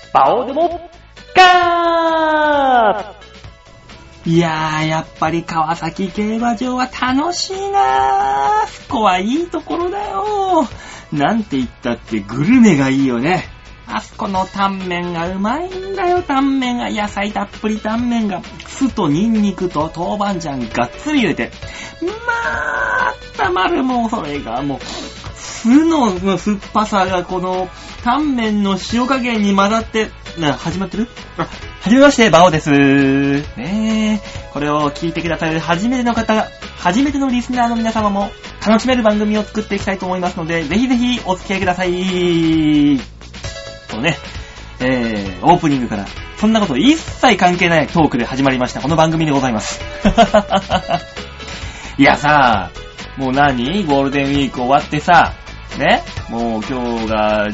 バオでもガー。いやー、やっぱり川崎競馬場は楽しいなー。そこはいいところだよ。なんて言ったってグルメがいいよね。あそこのタンメンがうまいんだよ。タンメンが、野菜たっぷりタンメンが、酢とニンニクと豆板醤がっつり入れて、まーたまる。もうそれがもう酢の酸っぱさがこのタンメンの塩加減に混ざって、始まってる？はじめまして、バオです。ねえ、これを聞いてくださる初めての方、初めてのリスナーの皆様も楽しめる番組を作っていきたいと思いますので、ぜひぜひお付き合いください。とね、オープニングからそんなこと一切関係ないトークで始まりましたこの番組でございます。いやさ、もうゴールデンウィーク終わってさ、ね、もう今日が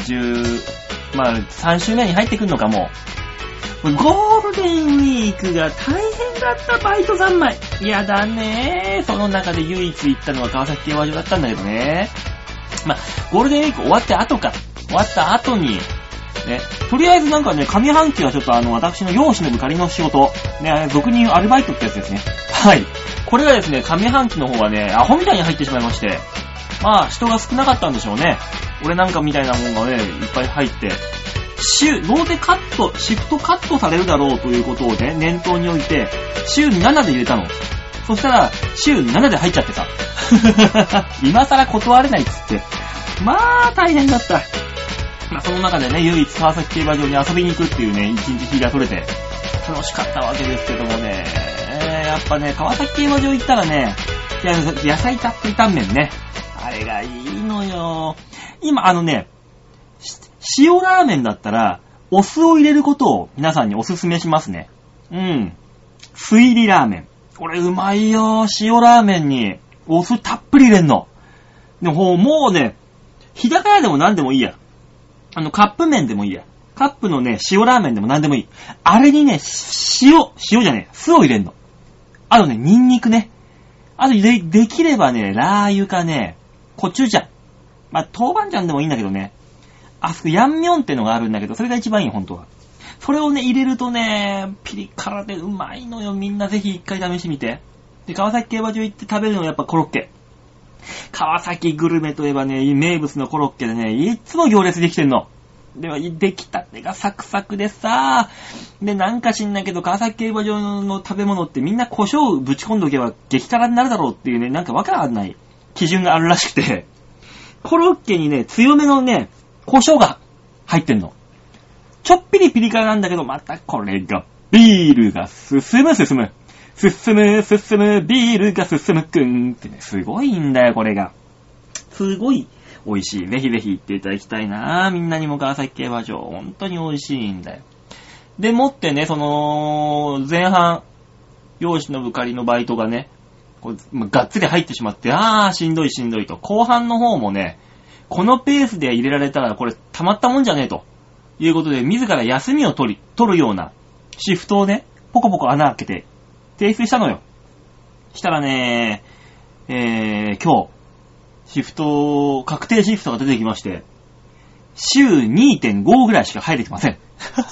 3週目に入ってくるのかも。ゴールデンウィークが大変だったバイト3枚。いやだね。その中で唯一行ったのは川崎競馬場だったんだけどね。ゴールデンウィーク終わった後に、ね、とりあえず上半期はちょっと私の容姿のぶかりの仕事、ね、俗に言うアルバイトってやつですね。はい。これがですね、上半期の方はね、アホみたいに入ってしまいまして、人が少なかったんでしょうね。俺なんかみたいなもんがね、いっぱい入って、どうせシフトカットされるだろうということをね、念頭に置いて、週7で入れたの。そしたら、週7で入っちゃってさ。今更断れないっつって。大変だった。その中でね、唯一川崎競馬場に遊びに行くっていうね、一日日が取れて、楽しかったわけですけどもね、やっぱね、川崎競馬場行ったらね、野菜たっぷりタンメンね。あれがいいのよ。今塩ラーメンだったら、お酢を入れることを皆さんにおすすめしますね。酢入りラーメン。これうまいよ。塩ラーメンにお酢たっぷり入れんの。でももうね、日高屋でも何でもいいや。カップ麺でもいいや。カップのね、塩ラーメンでも何でもいい。あれにね、酢を入れんの。ニンニクね。できればね、ラー油かね、コチュジャン。豆板醤でもいいんだけどね。あそこヤンミョンってのがあるんだけど、それが一番いい、本当は。それをね、入れるとね、ピリ辛でうまいのよ。みんなぜひ一回試してみて。で、川崎競馬場行って食べるのはやっぱコロッケ。川崎グルメといえばね、名物のコロッケでね、いつも行列できてんの。できたてがサクサクでさ、で、なんか知んないけど、川崎競馬場の食べ物ってみんな胡椒ぶち込んどけば激辛になるだろうっていうね、なんかわからない基準があるらしくて、コロッケにね、強めのね、胡椒が入ってんの。ちょっぴりピリ辛なんだけど、またこれが、ビールが進む、ビールが進むくんってね、すごいんだよ、これが。すごい美味しい。ぜひぜひ行っていただきたいな。みんなにも川崎競馬場、本当に美味しいんだよ。でもってね、前半、容姿のぶかりのバイトがね、がっつり入ってしまって、しんどいと。後半の方もね、このペースで入れられたらこれたまったもんじゃねえということで、自ら休みを取るようなシフトをね、ポコポコ穴開けて提出したのよ。したらね、今日確定シフトが出てきまして、週 2.5 ぐらいしか入れてません。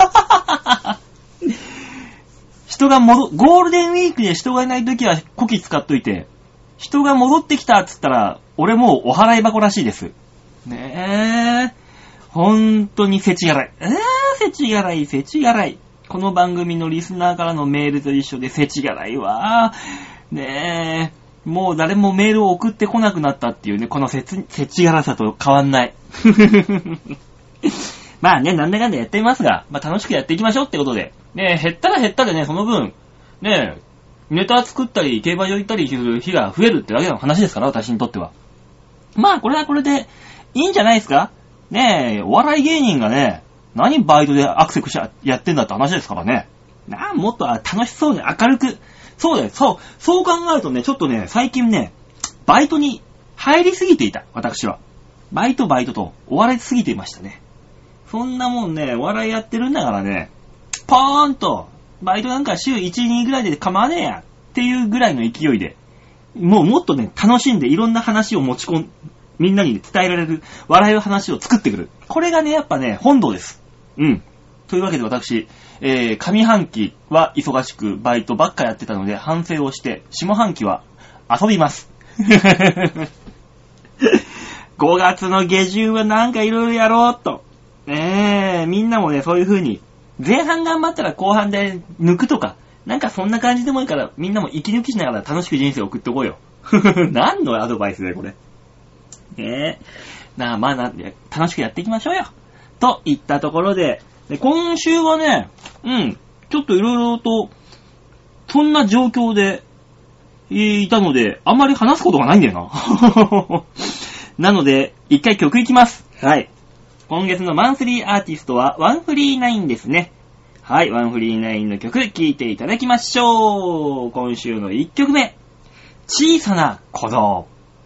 ゴールデンウィークで人がいないときはこき使っといて、人が戻ってきたっつったら、俺もうお払い箱らしいです。ねえ。ほんとに世知辛い。世知辛い。この番組のリスナーからのメールと一緒で世知辛いわ。ねえ。もう誰もメールを送ってこなくなったっていうね、この世知辛さと変わんない。なんだかんだやってみますが、楽しくやっていきましょうってことで。ねえ、減ったら減ったでね、その分、ねえ、ネタ作ったり、競馬場行ったりする日が増えるってだけの話ですから、私にとっては。これはこれで、いいんじゃないですか？ねえ、お笑い芸人がね、何バイトでアクセクしやってんだって話ですからね。もっと楽しそうに明るく。そうだよ、そう考えるとね、ちょっとね、最近ね、バイトに入りすぎていた、私は。バイトと追われすぎていましたね。そんなもんね、お笑いやってるんだからね、ポーンと、バイトなんか週1、2ぐらいで構わねえや、っていうぐらいの勢いで、もっとね、楽しんでいろんな話をみんなに伝えられる、笑いの話を作ってくる。これがね、やっぱね、本堂です。 というわけで私、上半期は忙しくバイトばっかやってたので反省をして、下半期は遊びます。5月の下旬はなんかいろいろやろうと。みんなもね、そういう風に、前半頑張ったら後半で抜くとか、なんかそんな感じでもいいから、みんなも息抜きしながら楽しく人生を送っておこうよ。何のアドバイスだよ、これ。まあ楽しくやっていきましょうよ。といったところで、今週はね、ちょっといろいろと、そんな状況で、いたので、あんまり話すことがないんだよな。なので、一回曲いきます。はい。今月のマンスリーアーティストは、ワンフリーナインですね。はい、ワンフリーナインの曲、聴いていただきましょう。今週の1曲目、小さな鼓動。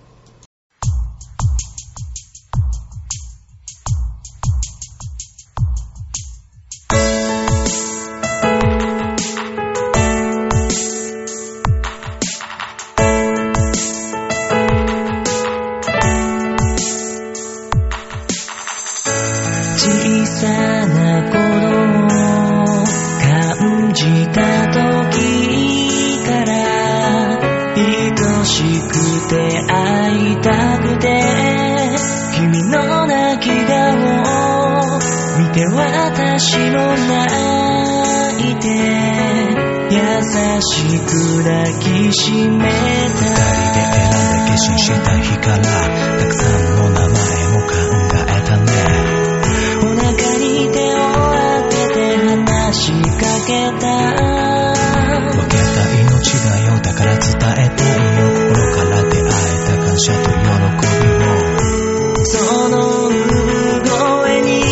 私の泣いて優しく抱きしめた。二人で選んで決心した日からたくさんの名前も考えたね。お腹に手を当てて話しかけた。分けた命だよ、だから伝えたいよ。心から出会えた感謝と喜びを。その声に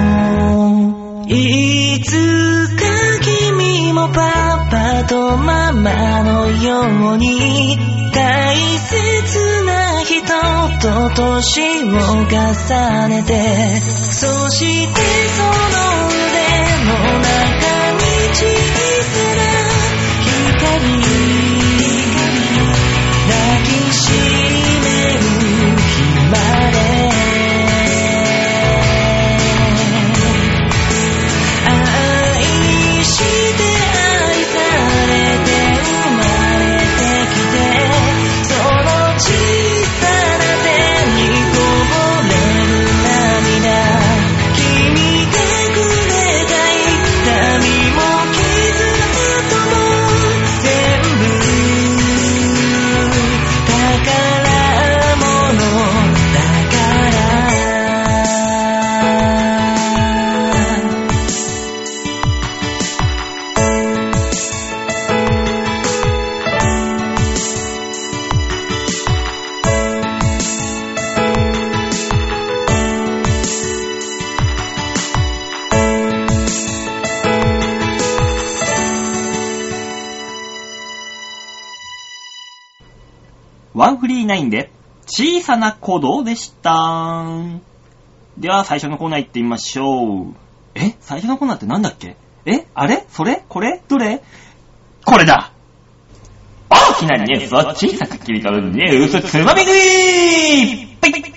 いつか君もパパとママのように大切な人と年を重ねて、そしてその腕の中に小さな光抱きしめる日までワンフリーナインで小さな鼓動でした。では最初のコーナー行ってみましょう。最初のコーナーってなんだっけ？あれ？それ？これ？どれ？これだ！大きなニュースを小さく切り取るニュースつまみ食い！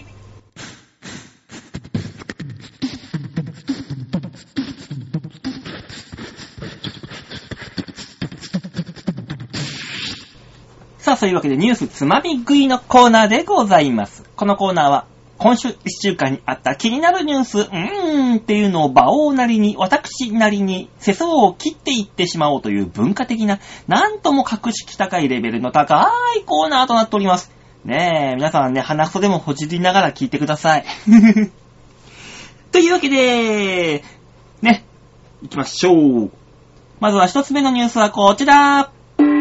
さあ、そういうわけでニュースつまみ食いのコーナーでございます。このコーナーは今週1週間にあった気になるニュース、っていうのを馬王なりに、私なりに世相を切っていってしまおうという文化的な、なんとも格式高いレベルの高いコーナーとなっております。ねえ、皆さんね、鼻くそでもほじりながら聞いてください。というわけで、ね、行きましょう。まずは一つ目のニュースはこちら。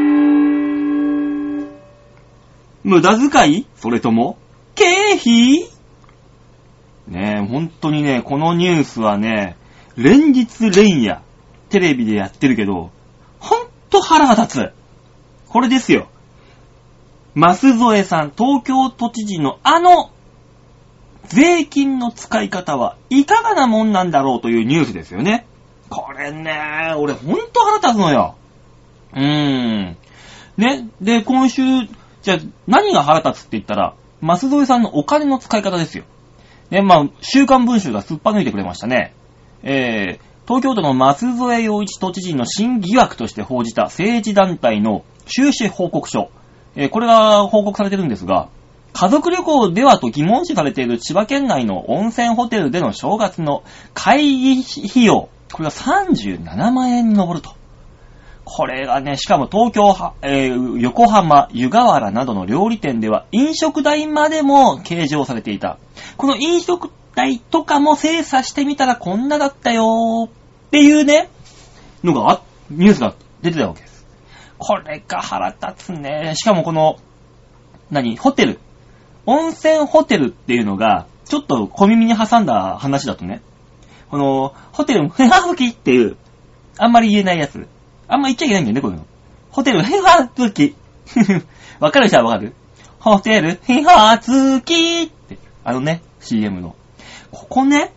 無駄遣い？それとも経費？ねえ、本当にね、このニュースはね、連日連夜テレビでやってるけど、ほんと腹が立つ。これですよ。舛添さん、東京都知事の税金の使い方はいかがなもんなんだろうというニュースですよね。これね、俺ほんと腹立つのよ。ね、で、今週、じゃあ何が腹立つって言ったら、舛添さんのお金の使い方ですよ。ね、週刊文春がすっぱ抜いてくれましたね。東京都の舛添洋一都知事の新疑惑として報じた政治団体の収支報告書。これが報告されてるんですが、家族旅行ではと疑問視されている千葉県内の温泉ホテルでの正月の会議費用、これが37万円に上ると。これがね、しかも東京、横浜、湯河原などの料理店では飲食代までも計上されていた。この飲食代とかも精査してみたらこんなだったよーっていうね、ニュースが出てたわけです。これが腹立つね。しかもこの、ホテル。温泉ホテルっていうのが、ちょっと小耳に挟んだ話だとね、この、ホテル、ふはふきっていう、あんまり言えないやつ。あんま言っちゃいけないんだよね、こういうの。ホテル、ふはふき。わかる人はわかる？ホテル、ふはふきって、CM の。ここね、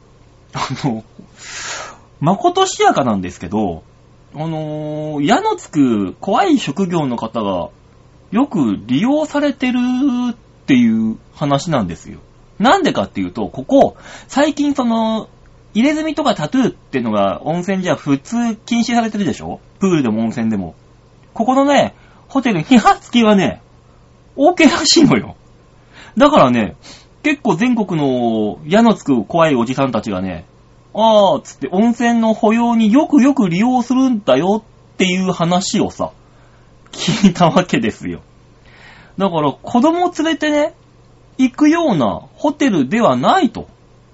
まことしやかなんですけど、矢のつく怖い職業の方がよく利用されてるっていう話なんですよ。なんでかっていうと、ここ、最近入れ墨とかタトゥーってのが温泉じゃ普通禁止されてるでしょ？プールでも温泉でも。ここのね、ホテルヒハ付きはね、OK らしいのよ。だからね、結構全国の矢のつく怖いおじさんたちがね、つって温泉の保養によく利用するんだよっていう話をさ、聞いたわけですよ。だから子供連れてね、行くようなホテルではないと。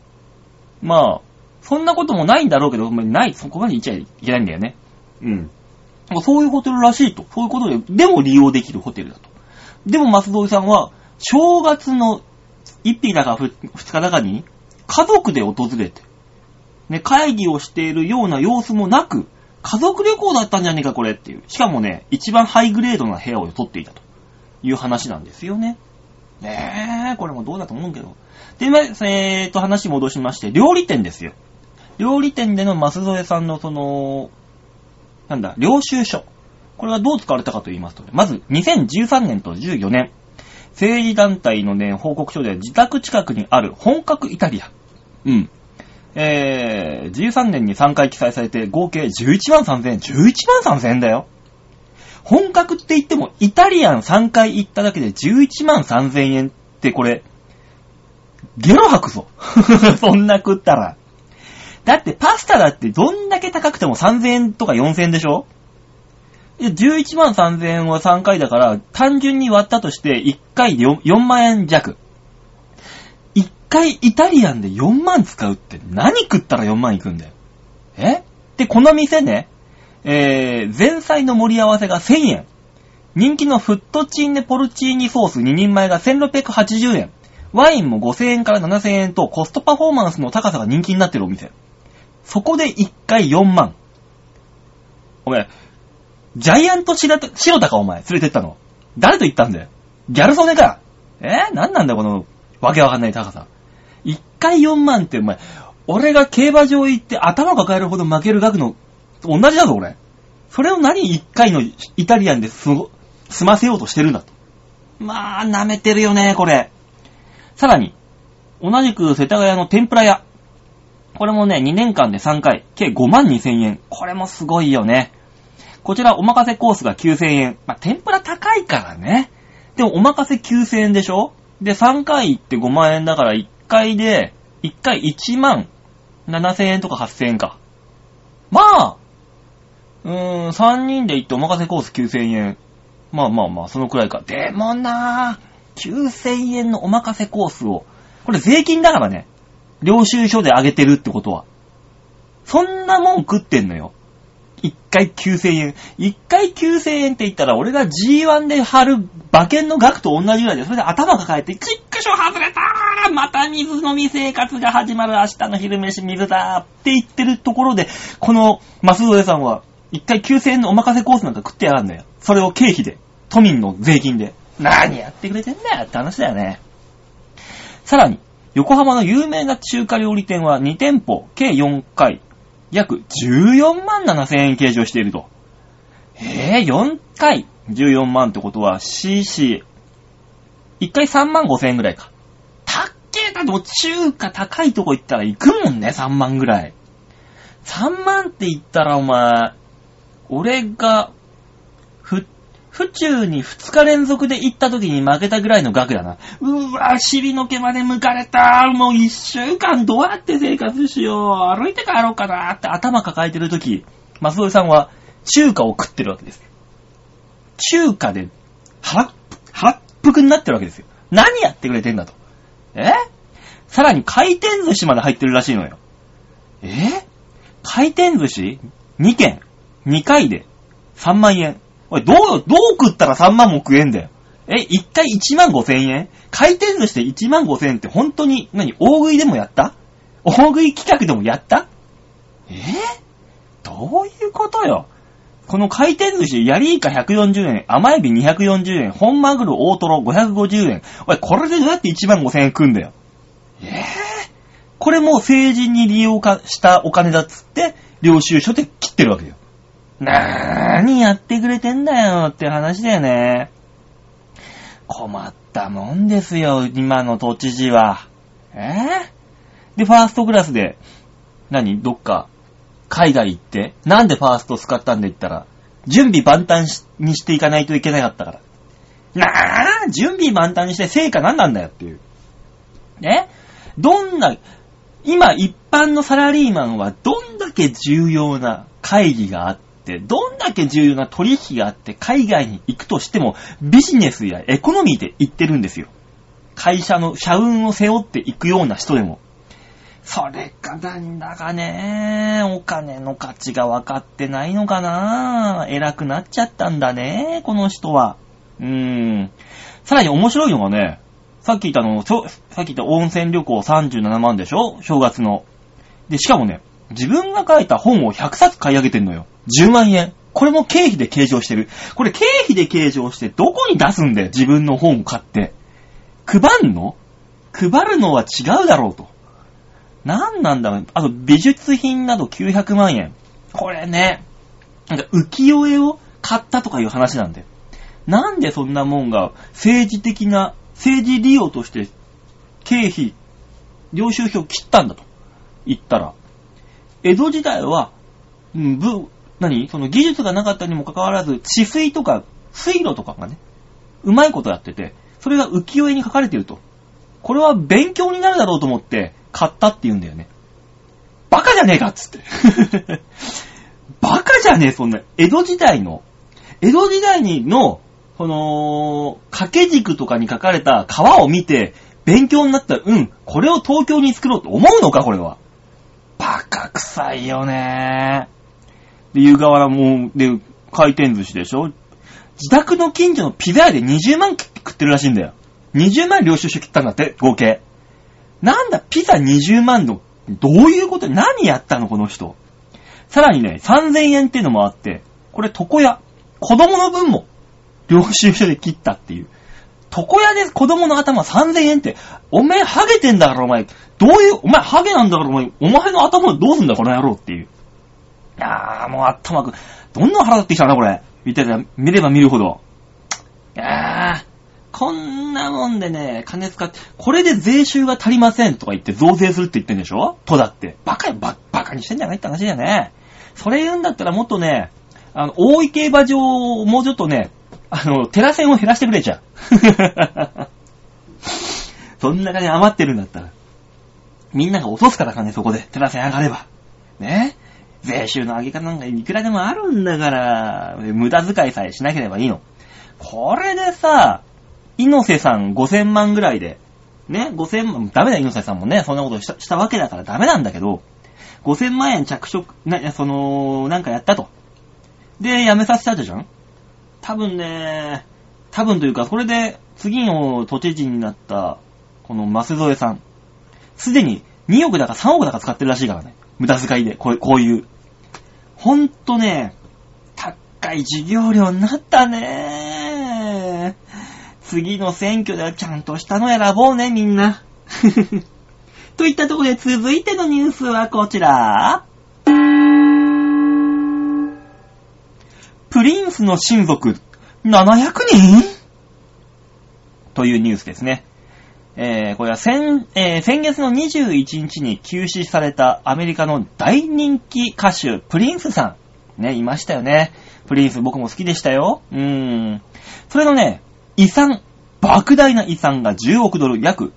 そんなこともないんだろうけど、そこまで言っちゃいけないんだよね。そういうホテルらしいと。そういうことでも利用できるホテルだと。でも舛添さんは、正月の1日だか2日だかに、家族で訪れて、ね、会議をしているような様子もなく、 家族旅行だったんじゃねえかこれっていう。しかもね、一番ハイグレードな部屋を取っていたという話なんですよね。ねえ、これもどうだと思うけど。で、話戻しまして、料理店ですよ。料理店での舛添さんの領収書。これはどう使われたかと言いますと、まず、2013年と14年、政治団体のね、報告書では自宅近くにある本格イタリアン。13年に3回記載されて、合計11万3000円。11万3000円だよ。本格って言っても、イタリアン3回行っただけで11万3000円ってこれ、ゲロ吐くぞ。そんな食ったら。だってパスタだってどんだけ高くても3000円とか4000円でしょ？ 11万3000円は3回だから、単純に割ったとして1回で 4万円弱。1回イタリアンで4万使うって何食ったら4万いくんだよ。で、この店ね、前菜の盛り合わせが1000円。人気のフットチーネポルチーニソース2人前が1680円。ワインも5000円から7000円とコストパフォーマンスの高さが人気になってるお店。そこで1回4万。お前、ジャイアント白田かお前、連れてったの。誰と行ったんだよ。ギャル曽根か。なんなんだよこの、わけわかんない高さ。1回4万ってお前、俺が競馬場行って頭抱えるほど負ける額の、同じだぞ俺。それを何1回のイタリアンで済ませようとしてるんだと。まあ、舐めてるよね、これ。さらに、同じく世田谷の天ぷら屋。これもね、2年間で3回、計5万2000円。これもすごいよね。こちらお任せコースが9000円。まあ、天ぷら高いからね。でもお任せ9000円でしょ？で、3回行って5万円だから1回1万7000円とか8000円か。まあ、3人で行ってお任せコース9000円。まあ、そのくらいか。でもなぁ、9000円のお任せコースを、これ税金だからね。領収書で上げてるってことは。そんなもん食ってんのよ。1回9000円。1回9000円って言ったら、俺が G1 で貼る馬券の額と同じぐらいで、それで頭抱えて、チックショ外れたー！また水飲み生活が始まる、明日の昼飯水だーって言ってるところで、この舛添さんは、1回9000円のお任せコースなんか食ってやがんだよ。それを経費で、都民の税金で。何やってくれてんだよって話だよね。さらに、横浜の有名な中華料理店は2店舗、計4回、約14万7000円計上していると。4回14万ってことは CC。1回3万5000円ぐらいか。たっけーだと中華高いとこ行ったら行くもんね、3万ぐらい。3万って言ったらお前、俺が、府中に2日連続で行った時に負けたぐらいの額だな。うわ、尻の毛まで剥かれた。もう1週間どうやって生活しよう。歩いて帰ろうかなって頭抱えてる時、舛添さんは中華を食ってるわけです。中華で腹っぷくになってるわけですよ。何やってくれてんだと。さらに回転寿司まで入ってるらしいのよ。回転寿司2軒、2回で3万円。おい、どう食ったら3万も食えんだよ。1回1万5千円？回転寿司で1万5千円って本当に、大食いでもやった？大食い企画でもやった？どういうことよ。この回転寿司、ヤリイカ140円、甘エビ240円、本マグロ大トロ550円。おい、これでどうやって1万5千円食うんだよ。これも政治に利用したお金だっつって、領収書で切ってるわけよ。なーにやってくれてんだよって話だよね。困ったもんですよ、今の都知事は。で、ファーストクラスで、どっか、海外行って、なんでファースト使ったんで言ったら、準備万端にしていかないといけなかったから。準備万端にして成果何なんだよっていう。今一般のサラリーマンはどんだけ重要な会議があって、どんだけ重要な取引があって海外に行くとしてもビジネスやエコノミーで行ってるんですよ。会社の社運を背負っていくような人でも。それかなんだかね、お金の価値が分かってないのかな。偉くなっちゃったんだね、この人は。さらに面白いのがね、さっき言った温泉旅行37万でしょ？正月の。で、しかもね、 自分が書いた本を100冊買い上げてんのよ。10万円。これも経費で計上してる。これ経費で計上してどこに出すんだよ、自分の本を買って。配るのは違うだろうと。なんなんだろう。あと美術品など900万円。これね、なんか浮世絵を買ったとかいう話なんだよ。なんでそんなもんが政治利用として経費、領収書を切ったんだと言ったら、江戸時代は、その技術がなかったにもかかわらず、治水とか水路とかがね、うまいことやってて、それが浮世絵に書かれていると。これは勉強になるだろうと思って買ったって言うんだよね。バカじゃねえかっつって。バカじゃねえ、そんな。江戸時代の、この、掛け軸とかに書かれた川を見て、勉強になったら、これを東京に作ろうと思うのか、これは。バカ臭いよねー。で、湯河原も、で、回転寿司でしょ。自宅の近所のピザ屋で20万食ってるらしいんだよ。20万領収書切ったんだって、合計。なんだ、ピザ20万の、どういうこと？何やったの、この人。さらにね、3000円っていうのもあって、これ床屋。子供の分も、領収書で切ったっていう。床屋で子供の頭3000円って、お前ハゲてんだからお前、お前ハゲなんだからお前の頭どうすんだこの野郎っていう。いやーもう頭く、どんな腹立ってきたなこれ。見れば見るほど。いやー、こんなもんでね、金使って、これで税収が足りませんとか言って増税するって言ってんでしょ？都だって。バカにしてんじゃないって話だよね。それ言うんだったらもっとね、大井競馬場をもうちょっとね、テラ線を減らしてくれちゃう。そんな金余ってるんだったら。みんなが落とすから金そこで。テラ線上がれば。ね？税収の上げ方なんかいくらでもあるんだから、無駄遣いさえしなければいいの。これでさ、猪瀬さん5000万ぐらいで、ね、5000万、ダメだ猪瀬さんもね、そんなことしたわけだからダメなんだけど、5000万円なんかやったと。で、辞めさせたじゃん？多分というか、これで次の都知事になった、この舛添さん、すでに2億だか3億だか使ってるらしいからね。無駄遣いで、こういう。ほんとね、高い授業料になったね。次の選挙ではちゃんとしたの選ぼうね、みんな。といったところで続いてのニュースはこちら。プリンスの親族700人というニュースですね。これは先月の21日に急死されたアメリカの大人気歌手プリンスさん。ね、いましたよね。プリンス僕も好きでしたよ。それのね、遺産、莫大な遺産が10億ドル、約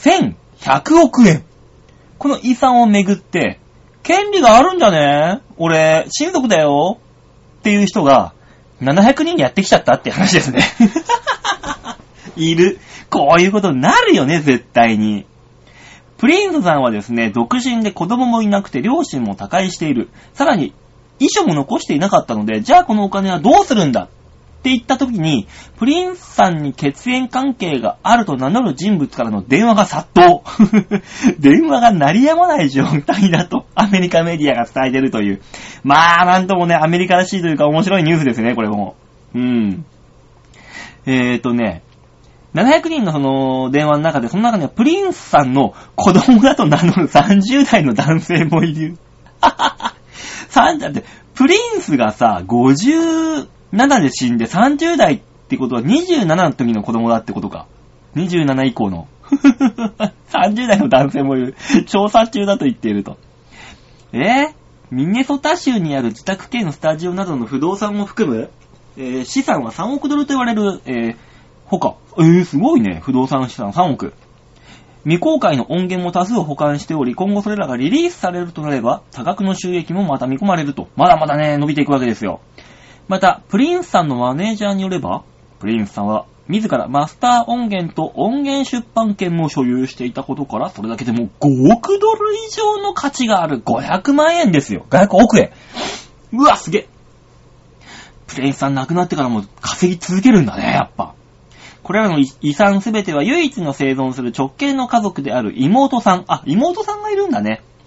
1100億円。この遺産をめぐって、権利があるんじゃね？俺、親族だよ。っていう人が700人やってきちゃったって話ですね。いる。こういうことになるよね、絶対に。プリンスさんはですね、独身で子供もいなくて両親も他界している。さらに遺書も残していなかったので、じゃあこのお金はどうするんだって言った時に、プリンスさんに血縁関係があると名乗る人物からの電話が殺到。電話が鳴り止まない状態だとアメリカメディアが伝えてるという。まあなんともね、アメリカらしいというか面白いニュースですね、これも。700人のその電話の中で、その中にはプリンスさんの子供だと名乗る30代の男性もいる。だって、プリンスがさ、57で死んで30代ってことは27の時の子供だってことか。27以降の。30代の男性もいる。調査中だと言っていると。ミネソタ州にある自宅兼スタジオなどの不動産も含む、資産は3億ドルと言われる、他。すごいね。不動産資産3億。未公開の音源も多数保管しており、今後それらがリリースされるとなれば、多額の収益もまた見込まれると。まだまだね、伸びていくわけですよ。また、プリンスさんのマネージャーによれば、プリンスさんは、自らマスター音源と音源出版権も所有していたことから、それだけでも5億ドル以上の価値がある500万円ですよ。500億円。うわ、すげえ。プリンスさん亡くなってからも稼ぎ続けるんだね、やっぱ。これらの遺産すべては唯一の生存する直系の家族である妹さん。妹さんがいるんだね。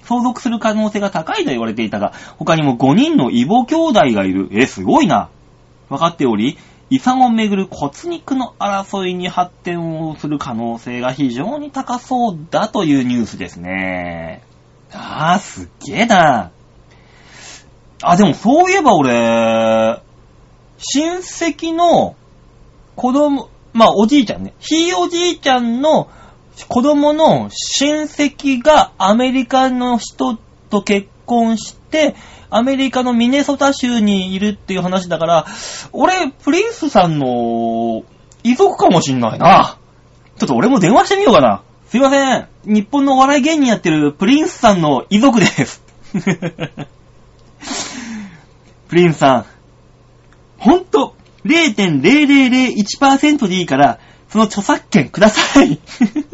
相続する可能性が高いと言われていたが、他にも5人の異母兄弟がいる。すごいな。分かっており、遺産をめぐる骨肉の争いに発展をする可能性が非常に高そうだというニュースですね。すっげえな。でもそういえば俺、親戚の子供、おじいちゃんね。ひいおじいちゃんの子供の親戚がアメリカの人と結婚して、アメリカのミネソタ州にいるっていう話だから、俺、プリンスさんの遺族かもしんないな。ちょっと俺も電話してみようかな。すいません。日本のお笑い芸人やってるプリンスさんの遺族です。プリンスさん。ほんと、0.0001% でいいから、その著作権ください。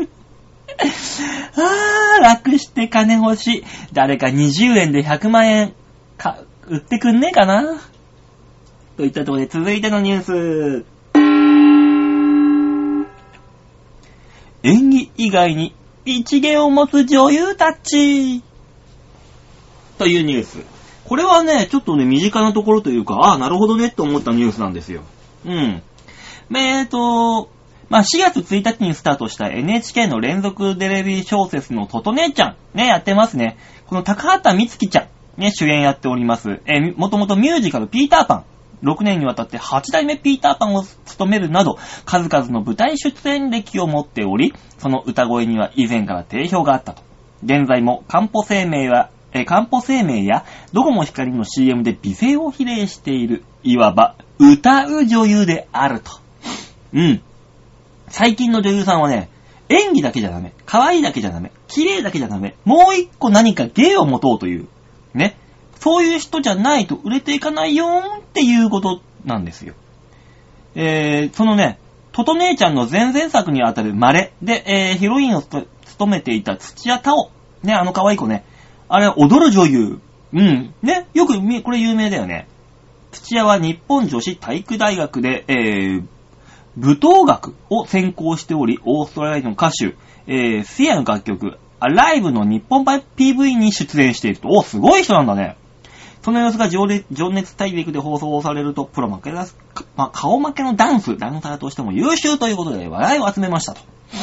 楽して金欲しい。誰か20円で100万円売ってくんねえかな。といったところで続いてのニュース。演技以外に一芸を持つ女優たちというニュース。これはね、ちょっとね、身近なところというか、なるほどねって思ったニュースなんですよ。4月1日にスタートした NHK の連続テレビ小説のとと姉ちゃん、ね、やってますね。この高畑充希ちゃん、ね、主演やっております。もともとミュージカルピーターパン、6年にわたって8代目ピーターパンを務めるなど、数々の舞台出演歴を持っており、その歌声には以前から定評があったと。現在もかんぽ生命やドコモ光の CM で美声を比例している、いわば歌う女優であると。最近の女優さんはね、演技だけじゃダメ、可愛いだけじゃダメ、綺麗だけじゃダメ、もう一個何か芸を持とうという、ね。そういう人じゃないと売れていかないよーっていうことなんですよ。そのね、とと姉ちゃんの前々作にあたるマレで、ヒロインを務めていた土屋太鳳。ね、可愛い子ね。あれ、踊る女優。ね、よくこれ有名だよね。土屋は日本女子体育大学で、舞踏学を専攻しており、オーストラリアの歌手、シアの楽曲、ライブの日本版 PV に出演していると。すごい人なんだね。その様子が情熱大陸で放送されると、プロ負けだす、顔負けのダンサーとしても優秀ということで話題を集めましたと。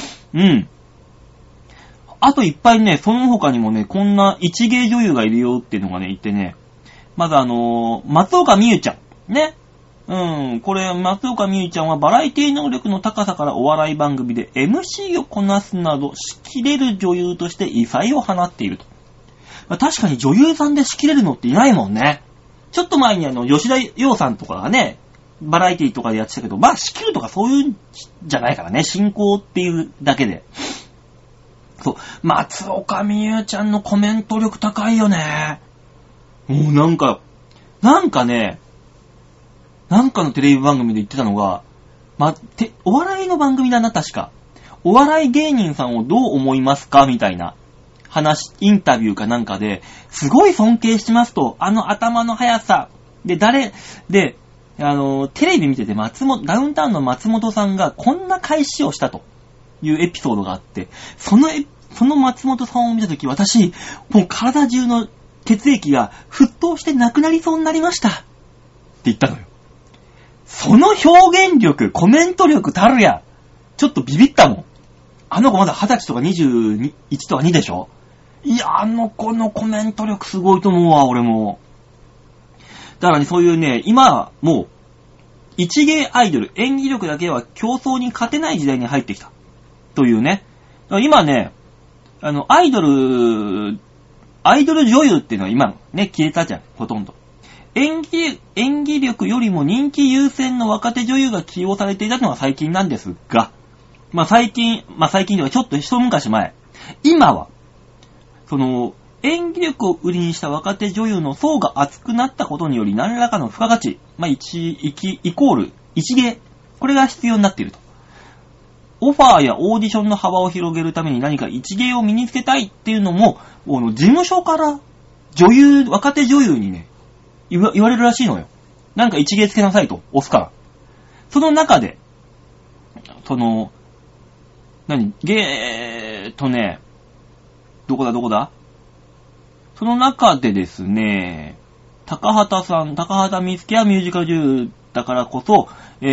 あといっぱいね、その他にもね、こんな一芸女優がいるよっていうのがね、言ってね、まず松岡美優ちゃん。ね。これ、松岡美優ちゃんはバラエティ能力の高さからお笑い番組で MC をこなすなど、仕切れる女優として異彩を放っていると。確かに女優さんで仕切れるのっていないもんね。ちょっと前に吉田洋さんとかがね、バラエティとかでやってたけど、仕切るとかそういうんじゃないからね、進行っていうだけで。そう、松岡美優ちゃんのコメント力高いよね。もうなんかね、なんかのテレビ番組で言ってたのが、お笑いの番組だな、確か。お笑い芸人さんをどう思いますかみたいなインタビューかなんかで、すごい尊敬してますと、頭の速さ。で、テレビ見ててダウンタウンの松本さんがこんな返しをしたというエピソードがあって、その松本さんを見たとき、私、もう体中の血液が沸騰してなくなりそうになりました。って言ったのよ。その表現力、コメント力たるや。ちょっとビビったもん。あの子まだ20歳とか21とか2でしょ？いや、あの子のコメント力すごいと思うわ、俺も。だからね、そういうね、今、もう、一芸アイドル、演技力だけは競争に勝てない時代に入ってきた。というね。今ね、アイドル女優っていうのは今ね、消えたじゃん、ほとんど。演技力よりも人気優先の若手女優が起用されていたのが最近なんですが、最近ではちょっと一昔前、今は、演技力を売りにした若手女優の層が厚くなったことにより何らかの付加価値、イコール一芸、これが必要になっていると。オファーやオーディションの幅を広げるために何か一芸を身につけたいっていうのも、事務所から若手女優にね、言われるらしいのよ。なんか一芸つけなさいと、押すから。その中で、どこだその中でですね、高畑充希はミュージカル女優だからこそ、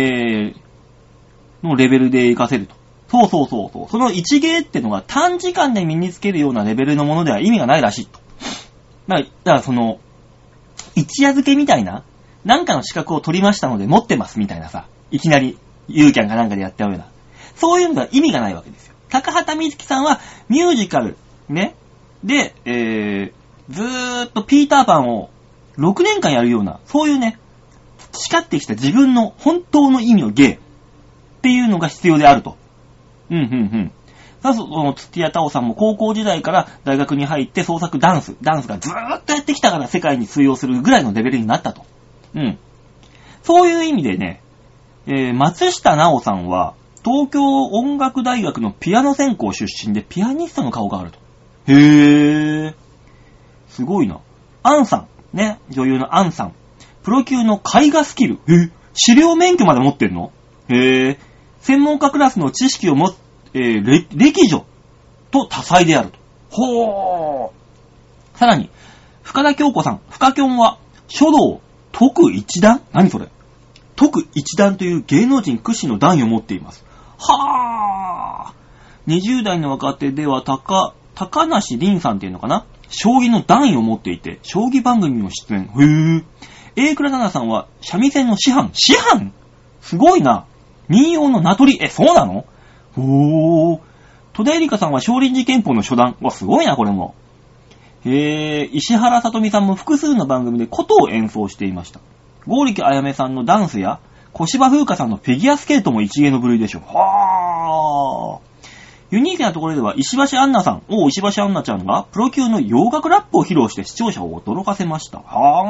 のレベルで活かせると。そう。その一芸ってのが短時間で身につけるようなレベルのものでは意味がないらしいと。だからその、一夜漬けみたいな、なんかの資格を取りましたので持ってますみたいなさ、いきなり、ユーキャンかなんかでやってるような。そういうのが意味がないわけですよ。高畑充希さんはミュージカル、ね。で、ずーっとピーターパンを6年間やるような、そういうね、培ってきた自分の本当の意味の芸っていうのが必要であると。その土屋太鳳さんも高校時代から大学に入って創作ダンスがずーっとやってきたから世界に通用するぐらいのレベルになったと。そういう意味でね、松下奈緒さんは東京音楽大学のピアノ専攻出身でピアニストの顔があると。へー。すごいな。アンさん。ね。女優のアンさん。プロ級の絵画スキル。資料免許まで持ってんの？へー。専門家クラスの知識を持つ、歴女と多彩であると。ほー。さらに、深田恭子さん。深きょんは書道特一段？何それ？特一段という芸能人屈指の段位を持っています。はー。20代の若手では高梨凛さんっていうのかな？将棋の段位を持っていて、将棋番組にも出演。榮倉奈々さんは三味線の師範？すごいな。民謡の名取。そうなの？戸田恵梨香さんは少林寺拳法の初段。すごいな、これも。石原さとみさんも複数の番組で琴を演奏していました。剛力あやめさんのダンスや、小芝風花さんのフィギュアスケートも一芸の部類でしょう。はー。ユニークなところでは、石橋アンナちゃんがプロ級の洋楽ラップを披露して視聴者を驚かせました。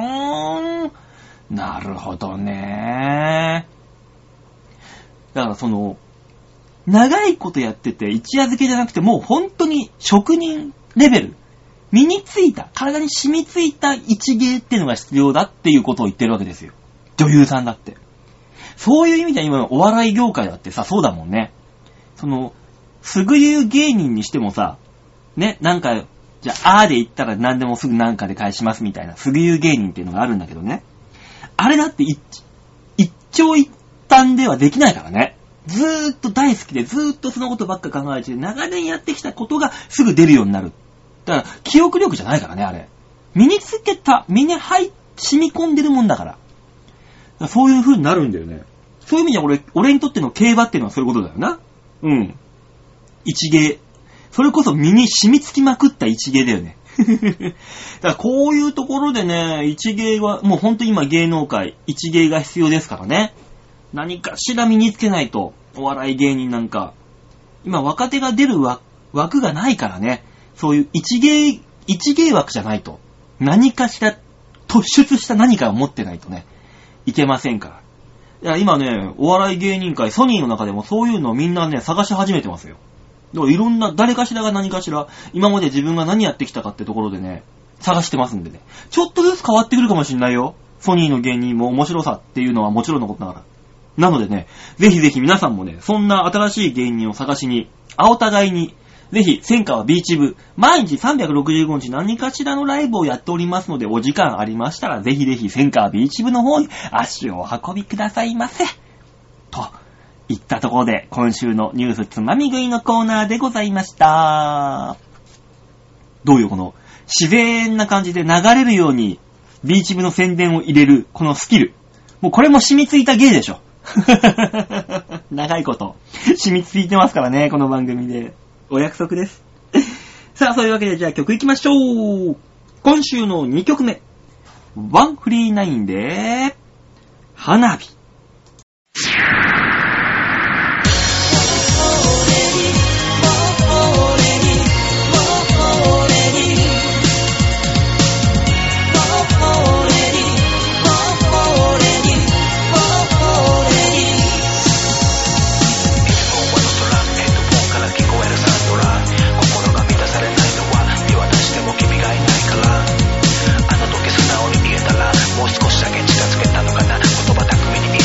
なるほどね。だからその、長いことやってて、一夜漬けじゃなくて、もう本当に職人レベル、身についた、体に染みついた一芸っていうのが必要だっていうことを言ってるわけですよ。女優さんだって。そういう意味では今のお笑い業界だってさ、そうだもんね。その、すぐ言う芸人にしてもさ、ね、なんか、じゃあ、で言ったら何でもすぐなんかで返しますみたいな、すぐ言う芸人っていうのがあるんだけどね。あれだって一長一短ではできないからね。ずーっと大好きで、ずーっとそのことばっか考えて、長年やってきたことがすぐ出るようになる。だから、記憶力じゃないからね、あれ。身につけた、染み込んでるもんだから。だからそういう風になるんだよね。そういう意味では俺にとっての競馬っていうのはそういうことだよな。一芸。それこそ身に染みつきまくった一芸だよね。だからこういうところでね、一芸は、もうほんと今芸能界、一芸が必要ですからね。何かしら身につけないと、お笑い芸人なんか、今若手が出る枠がないからね。そういう一芸枠じゃないと、何かしら突出した何かを持ってないとね、いけませんから。いや、今ね、お笑い芸人界、ソニーの中でもそういうのをみんなね、探し始めてますよ。だからいろんな、誰かしらが何かしら、今まで自分が何やってきたかってところでね、探してますんでね。ちょっとずつ変わってくるかもしんないよ。ソニーの芸人も面白さっていうのはもちろんのことながら。なのでね、ぜひぜひ皆さんもね、そんな新しい芸人を探しに、お互いに、ぜひ、千川ビーチ部、毎日365日何かしらのライブをやっておりますので、お時間ありましたら、ぜひぜひ千川ビーチ部の方に足をお運びくださいませ。といったところで、今週のニュースつまみ食いのコーナーでございました。どういうこの、自然な感じで流れるように、ビーチ部の宣伝を入れる、このスキル。もうこれも染みついた芸でしょ。長いこと、染みついてますからね、この番組で。お約束です。さあ、そういうわけでじゃあ曲いきましょう。今週の2曲目。ワンフリーナインで、花火。 もう少しだけ近づけたのかな、言葉巧みに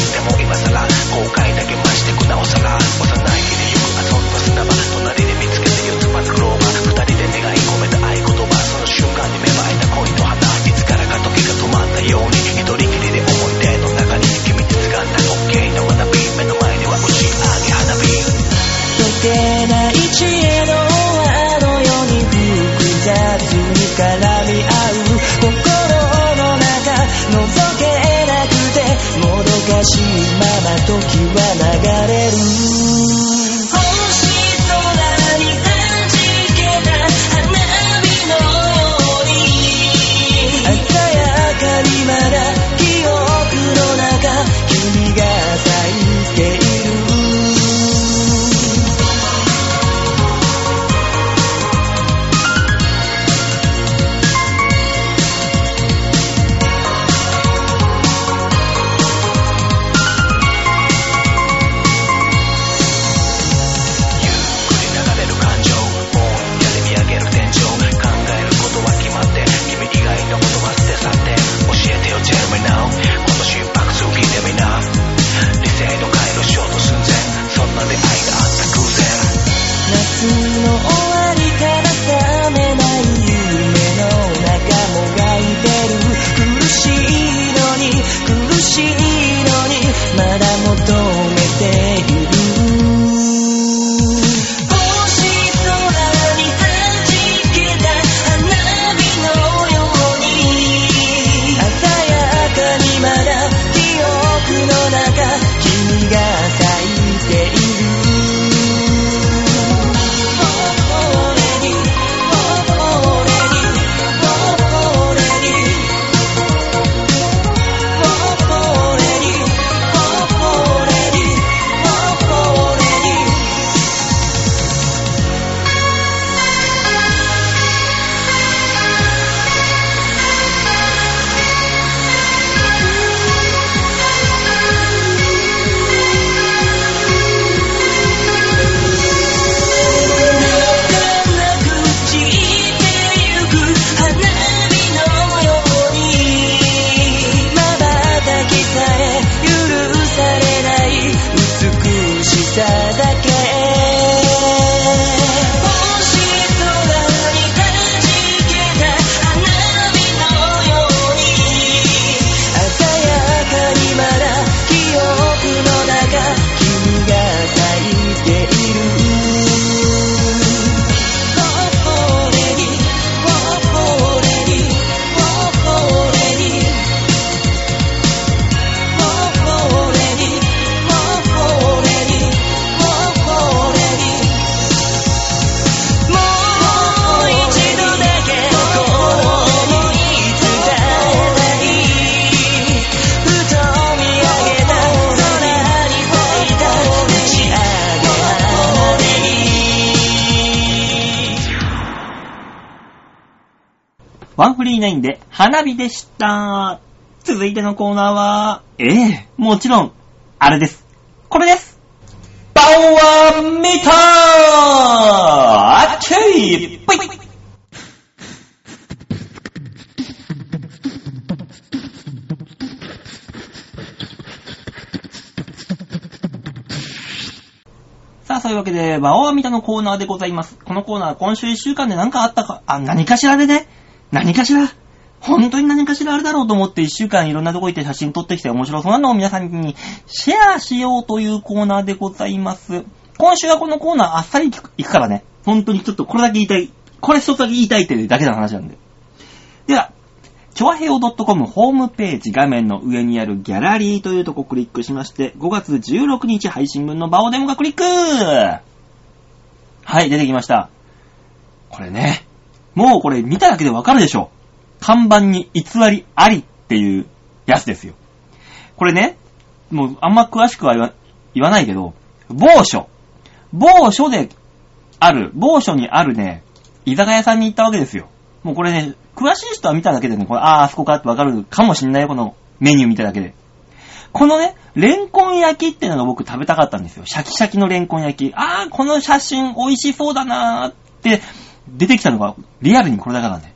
ワンフリーナインで花火でした。続いてのコーナーは、もちろん、あれです。これです。バオは見たーあっちいぽいさあ、そういうわけで、バオは見たのコーナーでございます。このコーナー、今週1週間で何かあったか、何かしらでね、何かしら、本当に何かしらあれだろうと思って1週間いろんなとこ行って写真撮ってきて面白そうなのを皆さんにシェアしようというコーナーでございます。今週はこのコーナーあっさり行くからね、本当にちょっとこれだけ言いたい、これ一つだけ言いたいっていうだけの話なんで。では、チョアヘオ .com ホームページ画面の上にあるギャラリーというとこクリックしまして、5月16日配信分のバオデモがクリック。はい、出てきました。これね、もうこれ見ただけでわかるでしょ。看板に偽りありっていうやつですよ。これね、もうあんま詳しくは言わないけど、某所にあるね、居酒屋さんに行ったわけですよ。もうこれね、詳しい人は見ただけでね、これあそこかってわかるかもしんないよ、このメニュー見ただけで。このね、レンコン焼きっていうのが僕食べたかったんですよ。シャキシャキのレンコン焼き。この写真美味しそうだなーって出てきたのがリアルにこれだからね。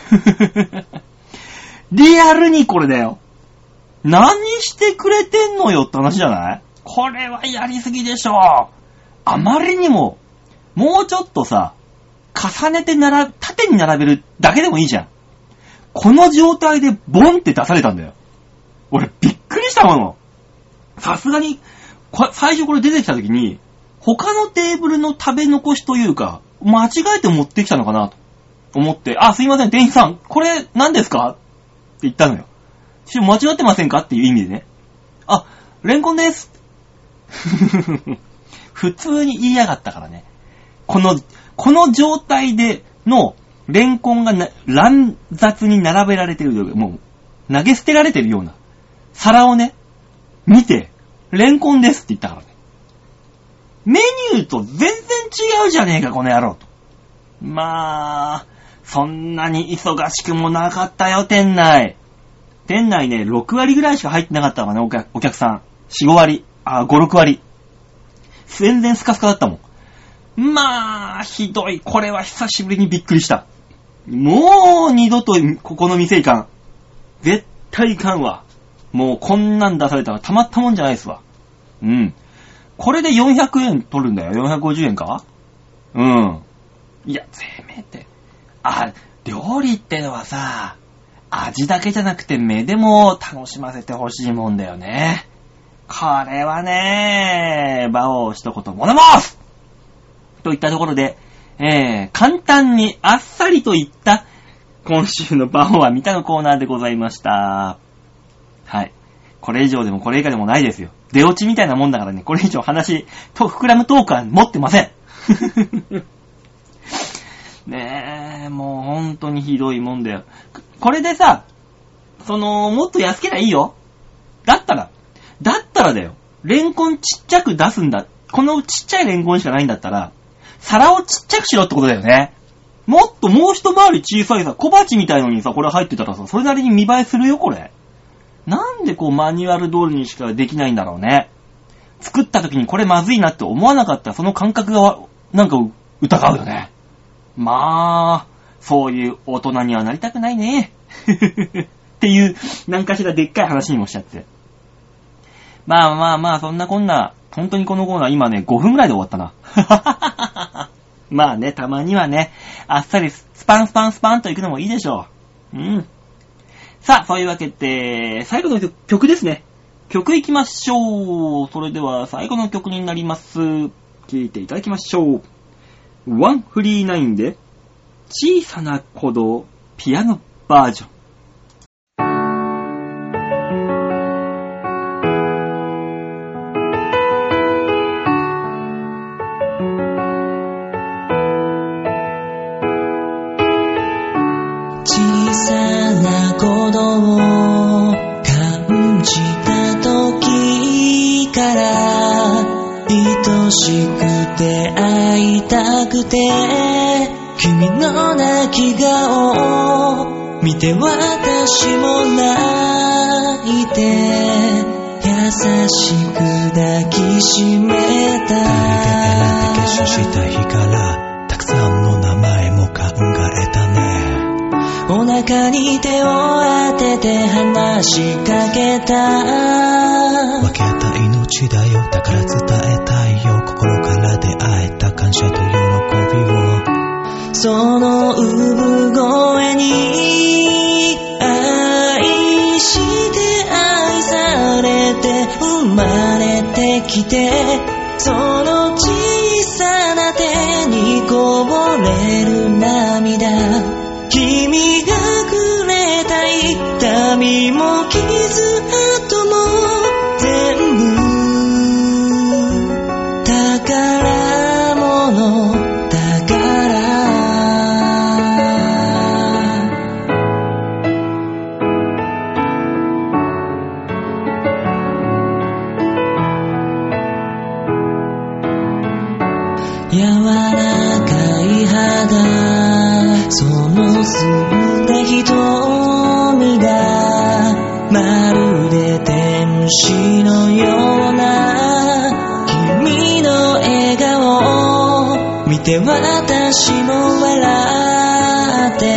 リアルにこれだよ。何してくれてんのよって話じゃない？これはやりすぎでしょ。あまりにも、もうちょっとさ、重ねて縦に並べるだけでもいいじゃん。この状態でボンって出されたんだよ。俺びっくりしたもの。さすがに、最初これ出てきた時に、他のテーブルの食べ残しというか、間違えて持ってきたのかなと思って、すいません、店員さん、これ何ですかって言ったのよ。間違ってませんかっていう意味でね。レンコンです。普通に言いやがったからね。この状態でのレンコンが乱雑に並べられてるような、もう投げ捨てられてるような皿をね、見て、レンコンですって言ったからね。メニューと全然違うじゃねえか、この野郎と。そんなに忙しくもなかったよ、店内。店内ね、6割ぐらいしか入ってなかったわね、お客さん。4、5割。5、6割。全然スカスカだったもん。ひどい。これは久しぶりにびっくりした。もう二度とここの店行かん。絶対行かんわ。もうこんなん出されたらたまったもんじゃないですわ。うん。これで400円取るんだよ。450円か？うん。いや、せめて。料理ってのはさ、味だけじゃなくて目でも楽しませてほしいもんだよね。これはね、場を一言物申すといったところで、簡単にあっさりといった今週の場をは見たのコーナーでございました。はい。これ以上でもこれ以下でもないですよ。出落ちみたいなもんだからね、これ以上話と膨らむトークは持ってません。ねえ、もう本当にひどいもんだよ。これでさ、もっと安けりゃいいよ。だったらだよ。レンコンちっちゃく出すんだ。このちっちゃいレンコンしかないんだったら、皿をちっちゃくしろってことだよね。もっともう一回り小さいさ、小鉢みたいのにさ、これ入ってたらさ、それなりに見栄えするよ、これ。なんでマニュアル通りにしかできないんだろうね。作った時にこれまずいなって思わなかったその感覚が、なんか疑うよね。そういう大人にはなりたくないね。っていう、なんかしらでっかい話にもしちゃって。そんなこんな、本当にこのコーナー今ね、5分ぐらいで終わったな。ね、たまにはね、あっさりスパンと行くのもいいでしょう。うん。さあ、そういうわけで、最後の曲ですね。曲行きましょう。それでは最後の曲になります。聴いていただきましょう。ワンフリーナインで、小さな鼓動、ピアノバージョン。 小さな鼓動を感じた時から愛しくて会いたくて君の泣き顔見て私も泣いて優しく抱きしめた。二人で選んで決心した日からたくさんの名前も考えたね。お腹に手を当てて話しかけた。分け合った命だよ、だから伝えたいよ。心から出会えた感謝と喜びを。その産声に愛して愛されて生まれてきて、その小さな手にこぼれる涙、君がくれた痛みも傷跡も全部宝物だから。柔らかい肌、その澄んだ瞳がまるで天使のような君の笑顔、見て私も笑って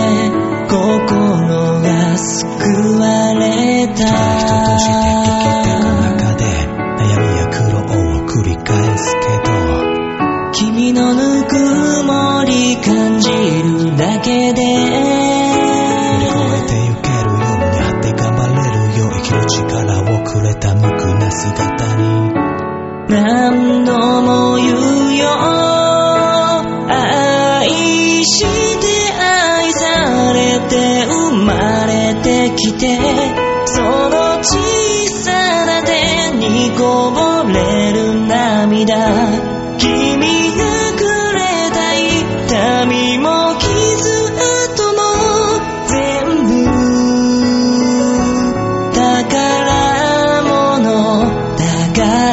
心が救われた。人として生きてく中で悩みや苦労を繰り返すけど、君のぬくもり感じるだけで乗り越えてゆけるように張って頑張れるよ。生きる力をくれた無垢な姿に何度も言うよ、愛して愛されて生まれてきて、その小さな手にこぼれる涙、君がくれた痛みも傷跡も全部宝物だから。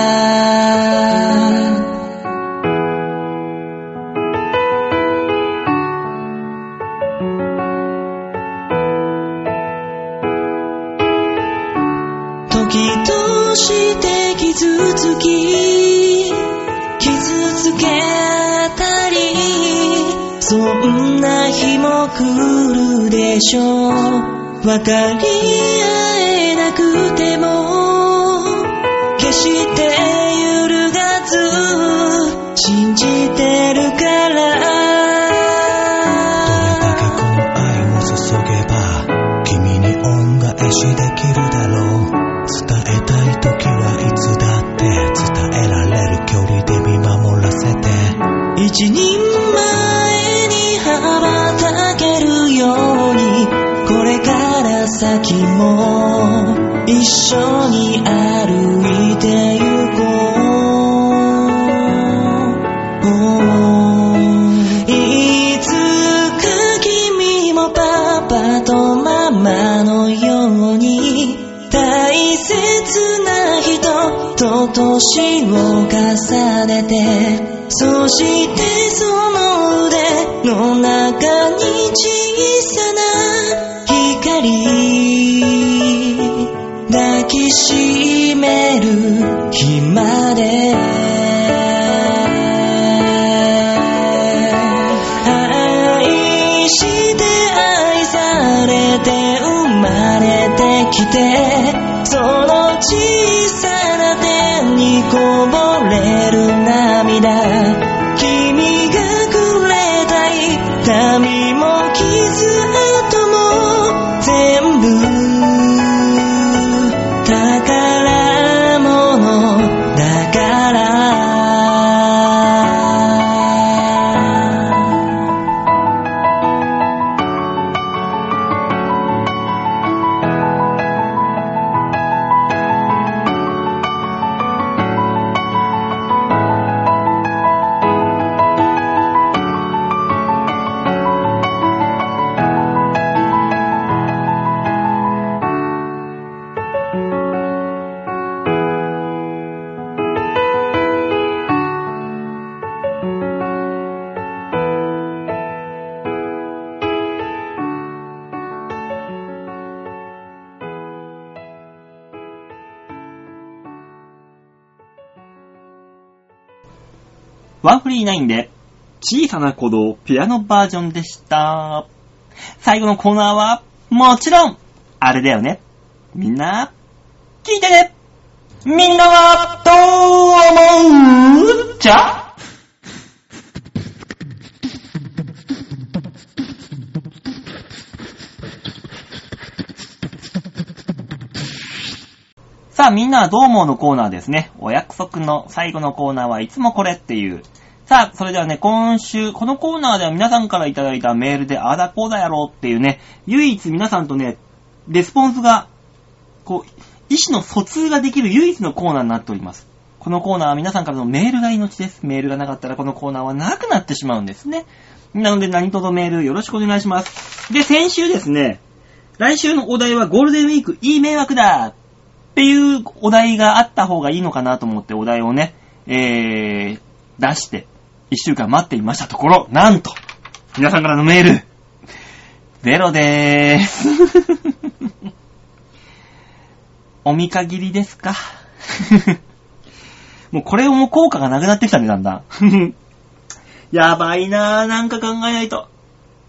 時として傷つき傷つけたり、そんな日も来るでしょう。分かり合えなくても決して揺るがず信じてるから。どれだけこの愛を注げば君に恩返しできるだろう。伝えたい時はいつだって伝えられる距離で見守らせて、一人前に羽ばたけるようにこれから先も一緒に歩いてゆこう。いつか君もパパとママのように大切な人と年を重ねて、そしてその腕の中に小さな光抱きしめる日まで、愛して愛されて生まれてきて、その小さな手にこぼれる涙、君がくれた痛みも傷ワンフリー9で小さな鼓動ピアノバージョンでした。最後のコーナーはもちろんあれだよね。みんな聞いてね。みんなはどう思う？じゃさあみんなはどう思うのコーナーですね。お約束の最後のコーナーはいつもこれっていう。さあそれではね、今週このコーナーでは皆さんからいただいたメールであーだこうだやろうっていうね、唯一皆さんとねレスポンスがこう意思の疎通ができる唯一のコーナーになっております。このコーナーは皆さんからのメールが命です。メールがなかったらこのコーナーはなくなってしまうんですね。なので何卒メールよろしくお願いします。で先週ですね、来週のお題はゴールデンウィークいい迷惑だっていうお題があった方がいいのかなと思ってお題をね、出して1週間待っていましたところ、なんと皆さんからのメールゼロでーすお見限りですかもうこれも効果がなくなってきたね、だんだんやばいなぁ、なんか考えないと。ち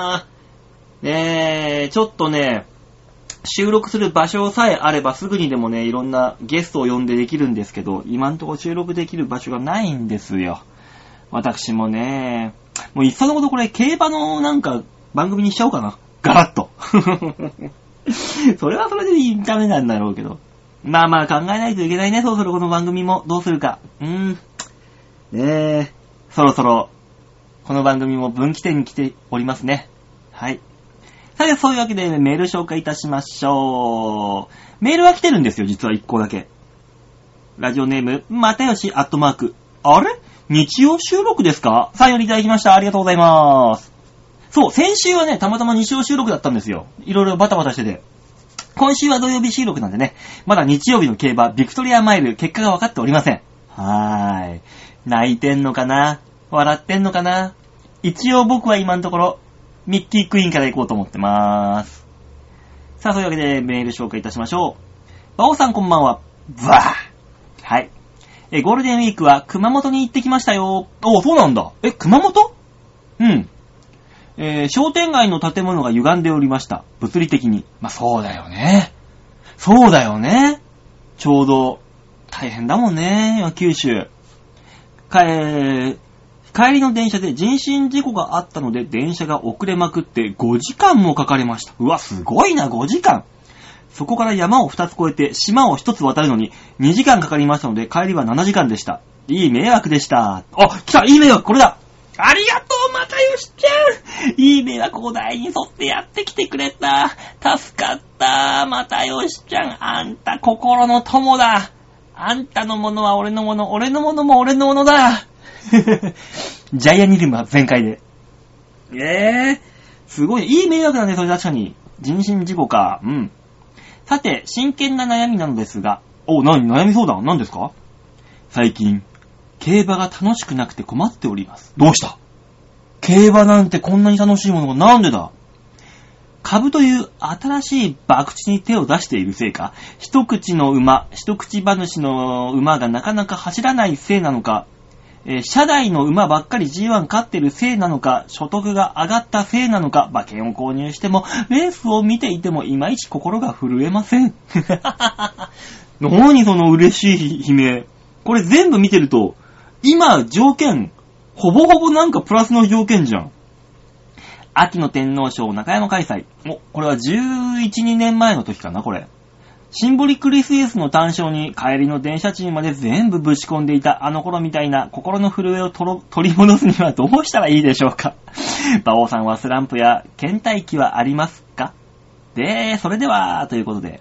ょっとね収録する場所さえあればすぐにでもねいろんなゲストを呼んでできるんですけど、今んところ収録できる場所がないんですよ。私もねもういっそのことこれ競馬のなんか番組にしちゃおうかな、ガラッとそれはそれでダメなんだろうけど、まあまあ考えないといけないね。そろそろこの番組もどうするか。そろそろこの番組も分岐点に来ておりますね。はい。さてそういうわけでメール紹介いたしましょう。メールは来てるんですよ、実は1個だけ。ラジオネームまたよしあれ日曜収録ですか？さんよりいただきました。ありがとうございます。そう、先週はねたまたま日曜収録だったんですよ。いろいろバタバタしてて。今週は土曜日収録なんでね、まだ日曜日の競馬ビクトリアマイル結果が分かっておりません。泣いてんのかな、笑ってんのかな。一応僕は今のところミッキークイーンから行こうと思ってまーす。さあそういうわけでメール紹介いたしましょう。バオさんこんばんは。ブワー。はい。ゴールデンウィークは熊本に行ってきましたよ。お、そうなんだ。熊本？うん。商店街の建物が歪んでおりました。物理的に。まあ、そうだよね。そうだよね。ちょうど、大変だもんね、九州。帰りの電車で人身事故があったので、電車が遅れまくって5時間もかかりました。うわ、すごいな、5時間。そこから山を2つ越えて、島を1つ渡るのに2時間かかりましたので、帰りは7時間でした。いい迷惑でした。あ、来た、いい迷惑、これだ。ありがとう、またよしちゃん。いい迷惑お題に沿ってやってきてくれた。助かった、またよしちゃん。あんた心の友だ。あんたのものは俺のもの、俺のものも俺のものだ。ジャイアニズムは全開で。すごい、いい迷惑だね、それ確かに。人身事故か。うん。さて、真剣な悩みなのですが。悩み相談何ですか？最近、競馬が楽しくなくて困っております。どうした？競馬なんてこんなに楽しいものがなんでだ？株という新しい博打に手を出しているせいか、一口馬主の馬がなかなか走らないせいなのか、車代の馬ばっかり G1 勝ってるせいなのか、所得が上がったせいなのか、馬券を購入してもレースを見ていてもいまいち心が震えません。何その嬉しい悲鳴。これ全部見てると今条件ほぼほぼなんかプラスの条件じゃん。秋の天皇賞中山開催。これは11、2年前の時かな、これ。シンボリックレースエースの単勝に帰りの電車賃まで全部ぶち込んでいたあの頃みたいな心の震えを取り戻すにはどうしたらいいでしょうか。馬王さんはスランプや倦怠期はありますか？それでは、ということで。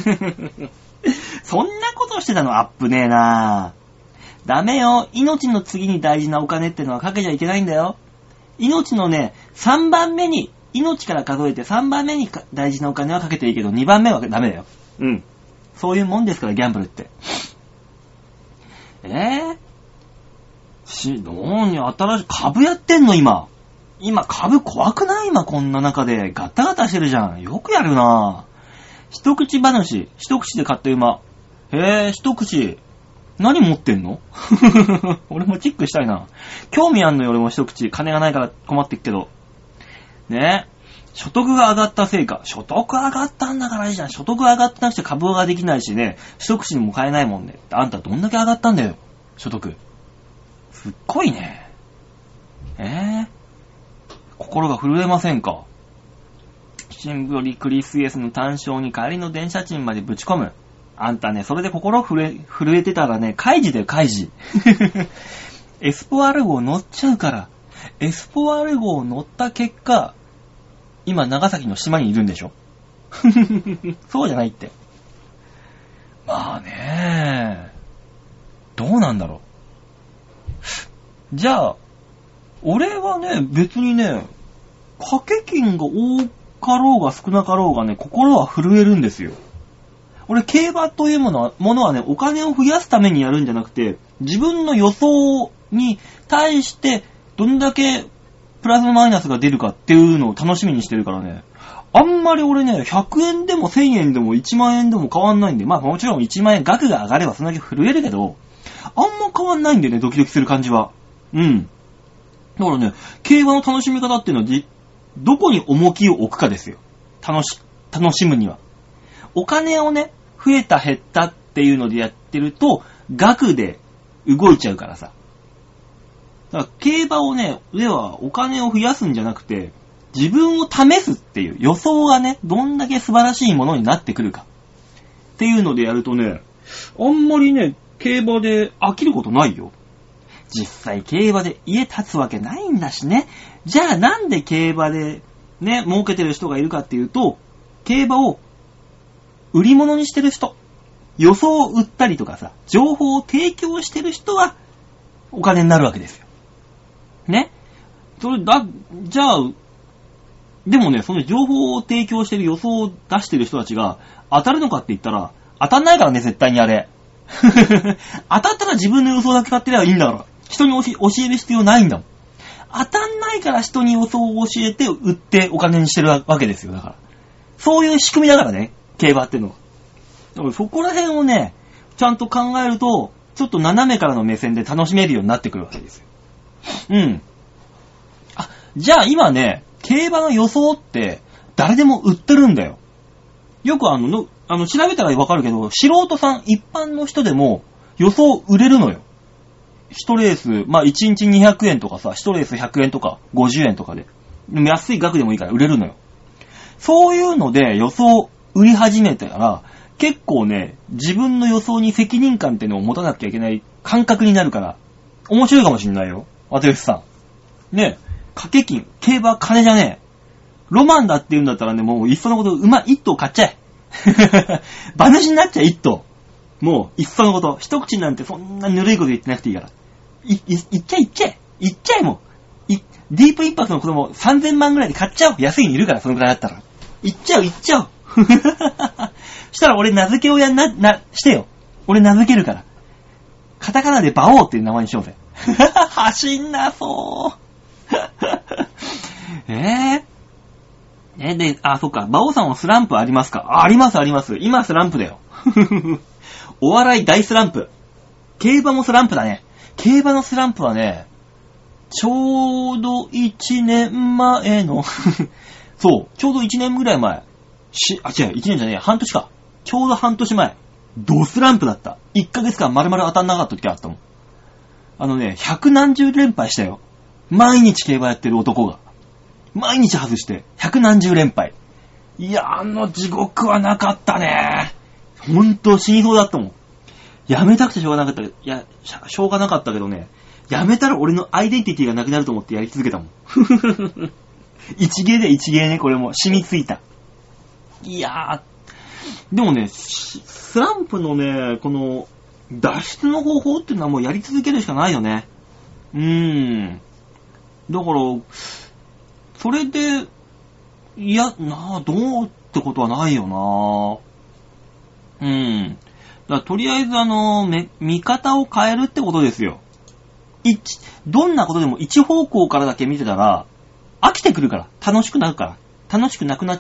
そんなことしてたのアップねえな。ダメよ。命の次に大事なお金ってのはかけちゃいけないんだよ。命のね、3番目に、命から数えて3番目に大事なお金はかけていいけど、2番目はダメだよ。うん。そういうもんですから、ギャンブルって。新しい株やってんの今。今株怖くない？今こんな中でガタガタしてるじゃん。よくやるな。一口話、一口で買った馬。一口。 何持ってんの俺もチェックしたいな。興味あんのよ、俺も一口。金がないから困ってっけど。ね。所得が上がったせいか。所得上がったんだからいいじゃん。所得上がってなくて株ができないしね、一口にも買えないもんね。あんたどんだけ上がったんだよ、所得。すっごいね。心が震えませんか。シングリクリスイエスの単勝に帰りの電車賃までぶち込む。あんたね、それで心震えてたらね、開示だよ、開示。エスポアル号乗っちゃうから。エスポアル号乗った結果、今長崎の島にいるんでしょ。そうじゃないって。まあね、どうなんだろう。じゃあ、俺はね、別にね、掛け金が多かろうが少なかろうがね、心は震えるんですよ。俺、競馬というものはね、お金を増やすためにやるんじゃなくて、自分の予想に対して、どんだけプラスマイナスが出るかっていうのを楽しみにしてるからね。あんまり俺ね、100円でも1000円でも1万円でも変わんないんで、まあもちろん1万円額が上がればそんだけ震えるけど、あんま変わんないんでね、ドキドキする感じは。うん。だからね、競馬の楽しみ方っていうのはどこに重きを置くかですよ。楽しむには。お金をね、増えた減ったっていうのでやってると、額で動いちゃうからさ。だから競馬をね、ではお金を増やすんじゃなくて、自分を試すっていう予想がね、どんだけ素晴らしいものになってくるか。っていうのでやるとね、あんまりね、競馬で飽きることないよ。実際競馬で家建つわけないんだしね。じゃあなんで競馬でね、儲けてる人がいるかっていうと、競馬を売り物にしてる人、予想を売ったりとかさ、情報を提供してる人はお金になるわけですよ。ね。じゃあ、でもね、その情報を提供してる予想を出してる人たちが当たるのかって言ったら、当たんないからね、絶対にあれ。当たったら自分の予想だけ買ってりゃいいんだから。人に教える必要ないんだもん。当たんないから人に予想を教えて売ってお金にしてるわけですよ。だから。そういう仕組みだからね、競馬ってのは。だからそこら辺をね、ちゃんと考えると、ちょっと斜めからの目線で楽しめるようになってくるわけですよ。うん。じゃあ今ね、競馬の予想って誰でも売ってるんだよ。よく調べたらわかるけど、素人さん、一般の人でも予想売れるのよ。1レース、まあ1日200円とかさ、1レース100円とか50円とかで。安い額でもいいから売れるのよ。そういうので予想売り始めたら、結構ね、自分の予想に責任感っていうのを持たなきゃいけない感覚になるから、面白いかもしんないよ。私さん。ね、掛け金、競馬金じゃねえ。ロマンだって言うんだったらね、もういっそのこと一頭買っちゃえ。馬主になっちゃえ、一頭。もういっそのこと。一口なんてそんなぬるいこと言ってなくていいから。いっちゃえもう。ディープインパクトの子供3000万ぐらいで買っちゃおう。安いにいるから、そのくらいだったら。いっちゃおう。したら俺名付け親してよ。俺名付けるから。カタカナで馬王っていう名前にしようぜ。走んなそう。で、そっか。馬王さんはスランプありますか？あります。今スランプだよ。お笑い大スランプ。競馬もスランプだね。競馬のスランプはね、ちょうど1年前の、そう、ちょうど1年ぐらい前。違う、1年じゃねえ、半年か。ちょうど半年前。ドスランプだった。1ヶ月間丸々当たんなかった時あったもん。百何十連敗したよ。毎日競馬やってる男が。毎日外して、百何十連敗。いや、地獄はなかったね。ほんと死にそうだったもん。やめたくてしょうがなかった。いや、しょうがなかったけどね。やめたら俺のアイデンティティがなくなると思ってやり続けたもん。一芸ね、これも。染みついた。いやー。でもね、スランプのね、この、脱出の方法っていうのはもうやり続けるしかないよね。だから、それで、どうってことはないよな。だからとりあえず見方を変えるってことですよ。どんなことでも一方向からだけ見てたら、飽きてくるから。楽しくなるから。楽しくなくなっちゃう。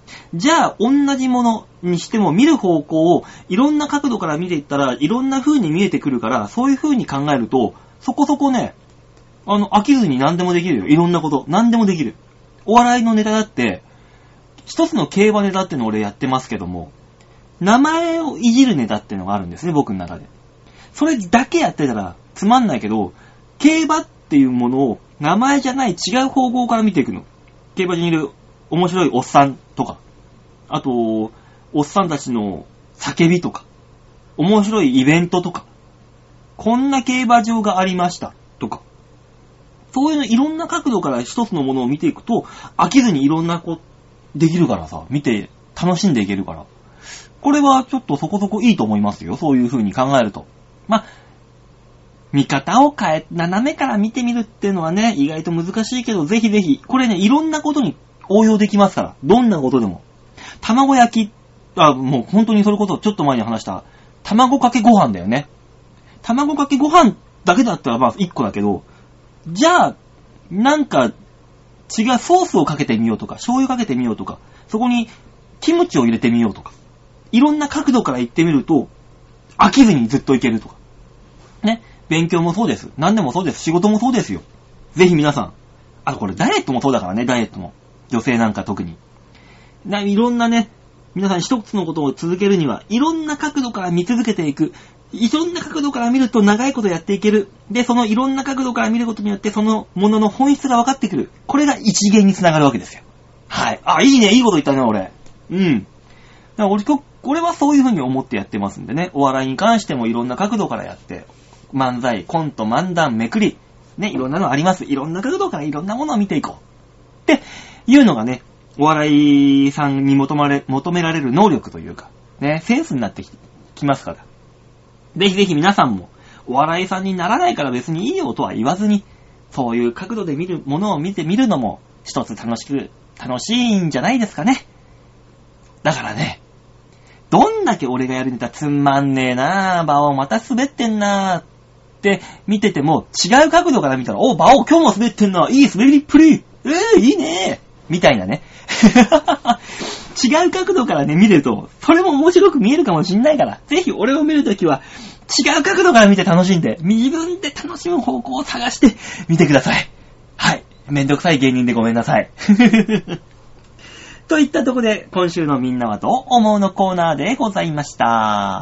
じゃあ、同じものにしても見る方向をいろんな角度から見ていったら、いろんな風に見えてくるから、そういう風に考えると、そこそこね、飽きずに何でもできるよ。いろんなこと。何でもできる。お笑いのネタだって、一つの競馬ネタってのを俺やってますけども、名前をいじるネタってのがあるんですね、僕の中で。それだけやってたらつまんないけど、競馬っていうものを名前じゃない違う方向から見ていくの。競馬にいる面白いおっさんとか、あと、おっさんたちの叫びとか、面白いイベントとか、こんな競馬場がありましたとか、そういうのいろんな角度から一つのものを見ていくと、飽きずにいろんなことできるからさ、見て楽しんでいけるから。これはちょっとそこそこいいと思いますよ。そういう風に考えると。まあ、見方を変え、斜めから見てみるっていうのはね、意外と難しいけど、ぜひぜひ、これね、いろんなことに応用できますから。どんなことでも。卵焼き、もう本当にそれこそちょっと前に話した、卵かけご飯だよね。卵かけご飯だけだったらまあ1個だけど、じゃあ、なんか違うソースをかけてみようとか、醤油かけてみようとか、そこにキムチを入れてみようとか、いろんな角度から言ってみると、飽きずにずっといけるとか。ね。勉強もそうです。何でもそうです。仕事もそうですよ。ぜひ皆さん。あとこれダイエットもそうだからね、ダイエットも。女性なんか特に。いろんなね、皆さん一つのことを続けるには、いろんな角度から見続けていく。いろんな角度から見ると長いことやっていける。で、そのいろんな角度から見ることによって、そのものの本質が分かってくる。これが一元につながるわけですよ。はい。いいね、いいこと言ったね、俺。うん。だから俺はそういう風に思ってやってますんでね。お笑いに関してもいろんな角度からやって、漫才、コント、漫談、めくり、ね、いろんなのあります。いろんな角度からいろんなものを見ていこう。っていうのがね、お笑いさんに求められる能力というか、ね、センスになってきますから。ぜひぜひ皆さんも、お笑いさんにならないから別にいいよとは言わずに、そういう角度で見るものを見てみるのも、一つ楽しいんじゃないですかね。だからね、どんだけ俺がやるネタつまんねえなぁ、バオまた滑ってんなぁって見てても、違う角度から見たら、バオ今日も滑ってんな、いい滑りっぷり、いいねみたいなね。違う角度からね、見ると、それも面白く見えるかもしんないから、ぜひ俺を見るときは、違う角度から見て楽しんで、自分で楽しむ方向を探して見てください。はい。めんどくさい芸人でごめんなさい。といったところで、今週のみんなはどう思うのコーナーでございました。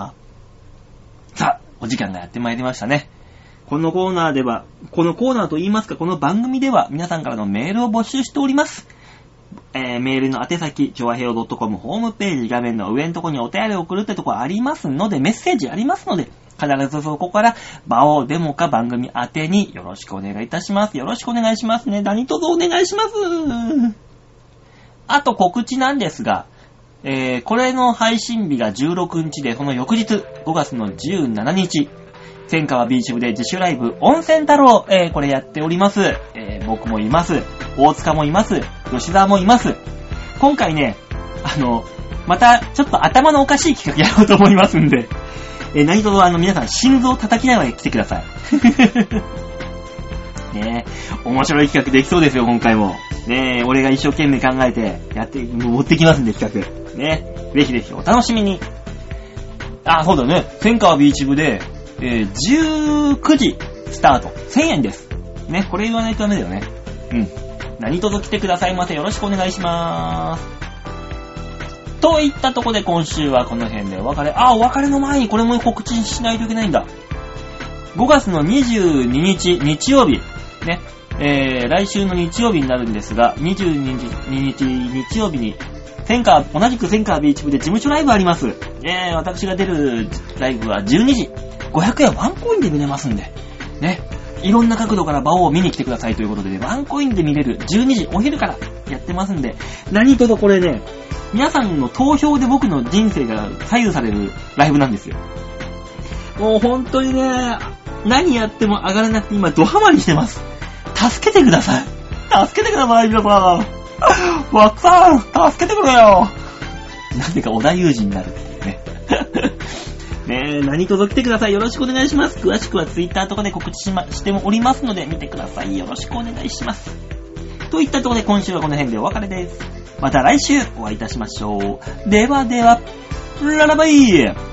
さあ、お時間がやってまいりましたね。このコーナーと言いますか、この番組では皆さんからのメールを募集しております。メールの宛先、ちょわへよ .com ホームページ画面の上のところにお便りを送るってところありますので、メッセージありますので、必ずそこから、場をデモか番組宛てによろしくお願いいたします。よろしくお願いしますね。何卒お願いします。あと告知なんですが、これの配信日が16日で、その翌日、5月の17日、千川ビーチ部で自主ライブ、温泉太郎、これやっております。僕もいます。大塚もいます。吉沢もいます。今回ね、またちょっと頭のおかしい企画やろうと思いますんで、何卒皆さん心臓叩きながら来てください。ねえ、面白い企画できそうですよ、今回も。ねえ、俺が一生懸命考えて、持ってきますんで、企画。ねえ、ぜひぜひお楽しみに。そうだね、千川ビーチ部で、19時スタート。1000円です。ね、これ言わないとダメだよね。うん。何卒来てくださいませ。よろしくお願いしまーす。といったとこで今週はこの辺でお別れ。お別れの前にこれも告知しないといけないんだ。5月の22日日曜日。ね。来週の日曜日になるんですが、22日日曜日に、同じく千川ビーチ部で事務所ライブあります。私が出るライブは12時。500円ワンコインで見れますんで。ね。いろんな角度から場を見に来てくださいということでね、ワンコインで見れる12時お昼からやってますんで、何とぞこれね、皆さんの投票で僕の人生が左右されるライブなんですよ。もう本当にね、何やっても上がらなくて今ドハマりしてます。助けてください。助けてください、皆さん。わっさん、助けてくれよ。なんでか小田裕二になるっていうね。ねえ、何届けてください。よろしくお願いします。詳しくはツイッターとかで告知しておりますので見てください。よろしくお願いします。といったところで今週はこの辺でお別れです。 また来週お会いいたしましょう。ではでは、ララバイ